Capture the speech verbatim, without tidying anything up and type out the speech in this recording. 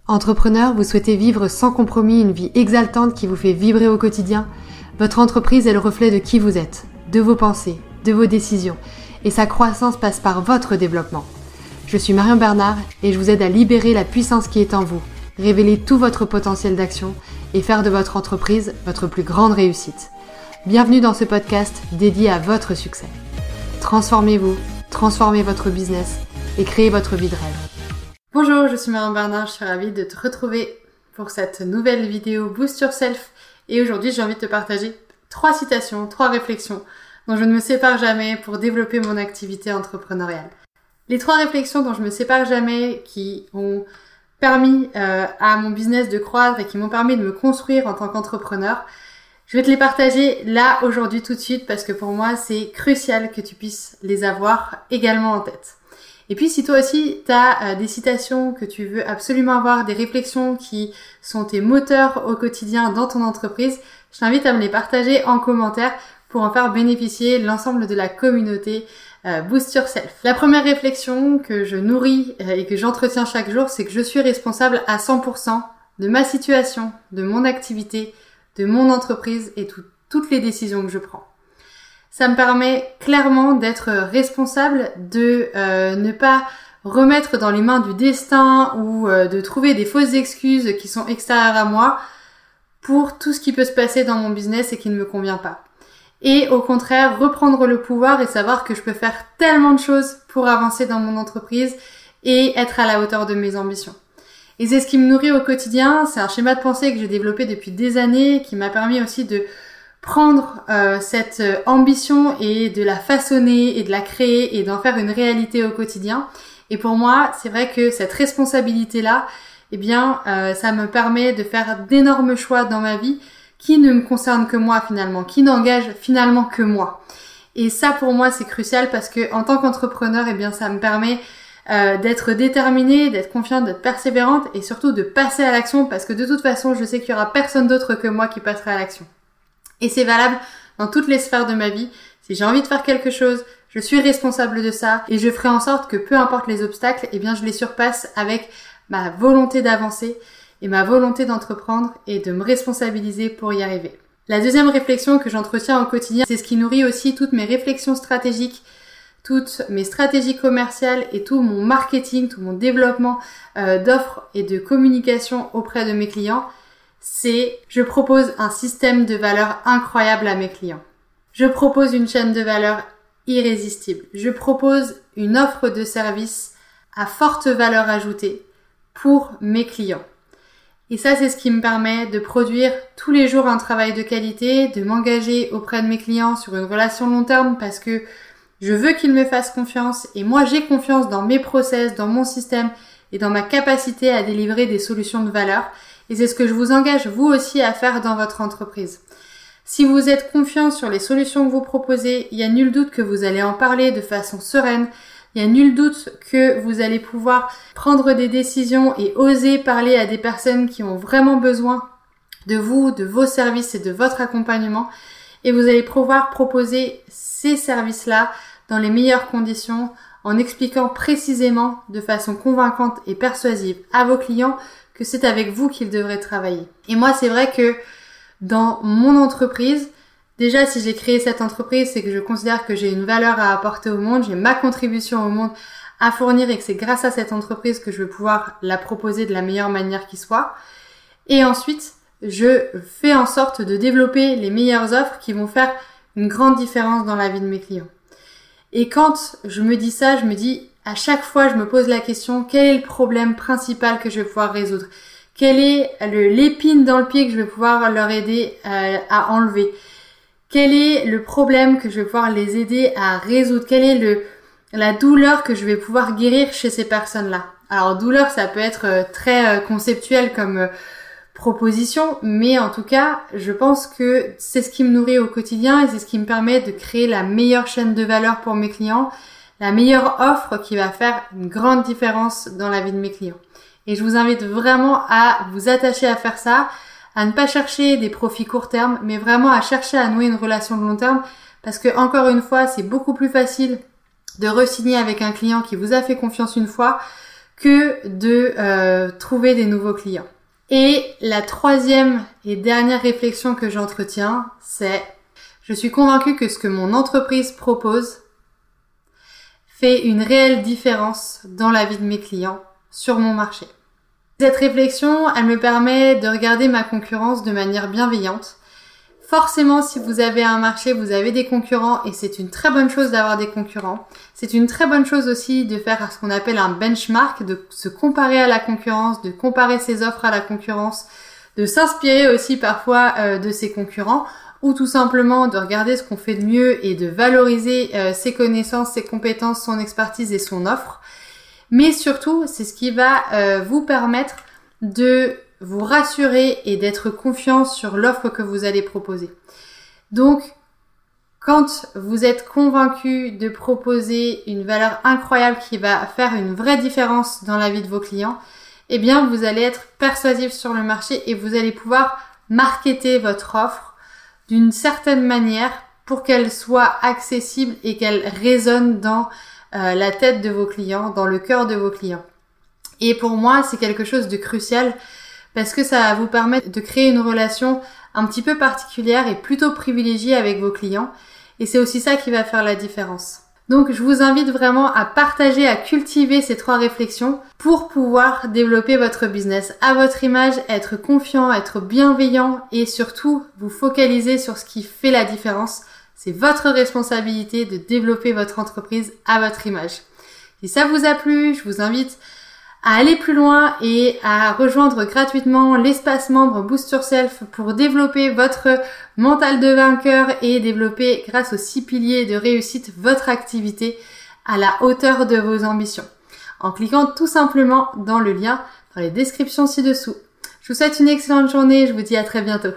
Entrepreneur, vous souhaitez vivre sans compromis une vie exaltante qui vous fait vibrer au quotidien? Votre entreprise est le reflet de qui vous êtes, de vos pensées, de vos décisions, et sa croissance passe par votre développement. Je suis Marion Bernard et je vous aide à libérer la puissance qui est en vous, révéler tout votre potentiel d'action et faire de votre entreprise votre plus grande réussite. Bienvenue dans ce podcast dédié à votre succès. Transformez-vous, transformez votre business et créez votre vie de rêve. Bonjour, je suis Marion Bernard, je suis ravie de te retrouver pour cette nouvelle vidéo Boost Yourself. Et aujourd'hui, j'ai envie de te partager trois citations, trois réflexions dont je ne me sépare jamais pour développer mon activité entrepreneuriale. Les trois réflexions dont je me sépare jamais, qui ont permis euh, à mon business de croître et qui m'ont permis de me construire en tant qu'entrepreneur, je vais te les partager là, aujourd'hui, tout de suite, parce que pour moi, c'est crucial que tu puisses les avoir également en tête. Et puis si toi aussi tu as euh, des citations que tu veux absolument avoir, des réflexions qui sont tes moteurs au quotidien dans ton entreprise, je t'invite à me les partager en commentaire pour en faire bénéficier l'ensemble de la communauté euh, Boost Yourself. La première réflexion que je nourris euh, et que j'entretiens chaque jour, c'est que je suis responsable à cent pour cent de ma situation, de mon activité, de mon entreprise et tout, toutes les décisions que je prends. Ça me permet clairement d'être responsable, de euh, ne pas remettre dans les mains du destin ou euh, de trouver des fausses excuses qui sont extérieures à moi pour tout ce qui peut se passer dans mon business et qui ne me convient pas. Et au contraire, reprendre le pouvoir et savoir que je peux faire tellement de choses pour avancer dans mon entreprise et être à la hauteur de mes ambitions. Et c'est ce qui me nourrit au quotidien, c'est un schéma de pensée que j'ai développé depuis des années, qui m'a permis aussi de prendre euh, cette ambition et de la façonner et de la créer et d'en faire une réalité au quotidien. Et pour moi, c'est vrai que cette responsabilité-là, eh bien, euh, ça me permet de faire d'énormes choix dans ma vie qui ne me concernent que moi finalement, qui n'engagent finalement que moi. Et ça, pour moi, c'est crucial parce que en tant qu'entrepreneur, eh bien, ça me permet euh, d'être déterminée, d'être confiante, d'être persévérante et surtout de passer à l'action parce que de toute façon, je sais qu'il y aura personne d'autre que moi qui passera à l'action. Et c'est valable dans toutes les sphères de ma vie. Si j'ai envie de faire quelque chose, je suis responsable de ça et je ferai en sorte que peu importe les obstacles, eh bien je les surpasse avec ma volonté d'avancer et ma volonté d'entreprendre et de me responsabiliser pour y arriver. La deuxième réflexion que j'entretiens au quotidien, c'est ce qui nourrit aussi toutes mes réflexions stratégiques, toutes mes stratégies commerciales et tout mon marketing, tout mon développement euh, d'offres et de communication auprès de mes clients. C'est je propose un système de valeur incroyable à mes clients. Je propose une chaîne de valeur irrésistible. Je propose une offre de service à forte valeur ajoutée pour mes clients. Et ça, c'est ce qui me permet de produire tous les jours un travail de qualité, de m'engager auprès de mes clients sur une relation long terme parce que je veux qu'ils me fassent confiance et moi, j'ai confiance dans mes process, dans mon système et dans ma capacité à délivrer des solutions de valeur. Et c'est ce que je vous engage vous aussi à faire dans votre entreprise. Si vous êtes confiant sur les solutions que vous proposez, il n'y a nul doute que vous allez en parler de façon sereine. Il n'y a nul doute que vous allez pouvoir prendre des décisions et oser parler à des personnes qui ont vraiment besoin de vous, de vos services et de votre accompagnement. Et vous allez pouvoir proposer ces services-là dans les meilleures conditions en expliquant précisément de façon convaincante et persuasive à vos clients que c'est avec vous qu'ils devraient travailler. Et moi, c'est vrai que dans mon entreprise, déjà, si j'ai créé cette entreprise, c'est que je considère que j'ai une valeur à apporter au monde, j'ai ma contribution au monde à fournir et que c'est grâce à cette entreprise que je vais pouvoir la proposer de la meilleure manière qui soit. Et ensuite, je fais en sorte de développer les meilleures offres qui vont faire une grande différence dans la vie de mes clients. Et quand je me dis ça, je me dis, à chaque fois, je me pose la question, quel est le problème principal que je vais pouvoir résoudre? Quelle est le, l'épine dans le pied que je vais pouvoir leur aider euh, à enlever? Quel est le problème que je vais pouvoir les aider à résoudre? Quelle est le, la douleur que je vais pouvoir guérir chez ces personnes-là? Alors, douleur, ça peut être euh, très euh, conceptuel comme euh, proposition, mais en tout cas, je pense que c'est ce qui me nourrit au quotidien et c'est ce qui me permet de créer la meilleure chaîne de valeur pour mes clients, la meilleure offre qui va faire une grande différence dans la vie de mes clients. Et je vous invite vraiment à vous attacher à faire ça, à ne pas chercher des profits court terme, mais vraiment à chercher à nouer une relation de long terme parce que, encore une fois, c'est beaucoup plus facile de re-signer avec un client qui vous a fait confiance une fois que de euh, trouver des nouveaux clients. Et la troisième et dernière réflexion que j'entretiens, c'est je suis convaincue que ce que mon entreprise propose fait une réelle différence dans la vie de mes clients sur mon marché. Cette réflexion, elle me permet de regarder ma concurrence de manière bienveillante. Forcément, si vous avez un marché, vous avez des concurrents et c'est une très bonne chose d'avoir des concurrents. C'est une très bonne chose aussi de faire ce qu'on appelle un benchmark, de se comparer à la concurrence, de comparer ses offres à la concurrence, de s'inspirer aussi parfois euh, de ses concurrents ou tout simplement de regarder ce qu'on fait de mieux et de valoriser euh, ses connaissances, ses compétences, son expertise et son offre. Mais surtout, c'est ce qui va euh, vous permettre de vous rassurer et d'être confiant sur l'offre que vous allez proposer. Donc, quand vous êtes convaincu de proposer une valeur incroyable qui va faire une vraie différence dans la vie de vos clients, eh bien, vous allez être persuasif sur le marché et vous allez pouvoir marketer votre offre d'une certaine manière pour qu'elle soit accessible et qu'elle résonne dans euh, la tête de vos clients, dans le cœur de vos clients. Et pour moi, c'est quelque chose de crucial parce que ça va vous permettre de créer une relation un petit peu particulière et plutôt privilégiée avec vos clients. Et c'est aussi ça qui va faire la différence. Donc, je vous invite vraiment à partager, à cultiver ces trois réflexions pour pouvoir développer votre business à votre image, être confiant, être bienveillant et surtout vous focaliser sur ce qui fait la différence. C'est votre responsabilité de développer votre entreprise à votre image. Si ça vous a plu, je vous invite à aller plus loin et à rejoindre gratuitement l'espace membre Boost Yourself pour développer votre mental de vainqueur et développer grâce aux six piliers de réussite votre activité à la hauteur de vos ambitions. En cliquant tout simplement dans le lien dans les descriptions ci-dessous. Je vous souhaite une excellente journée et je vous dis à très bientôt.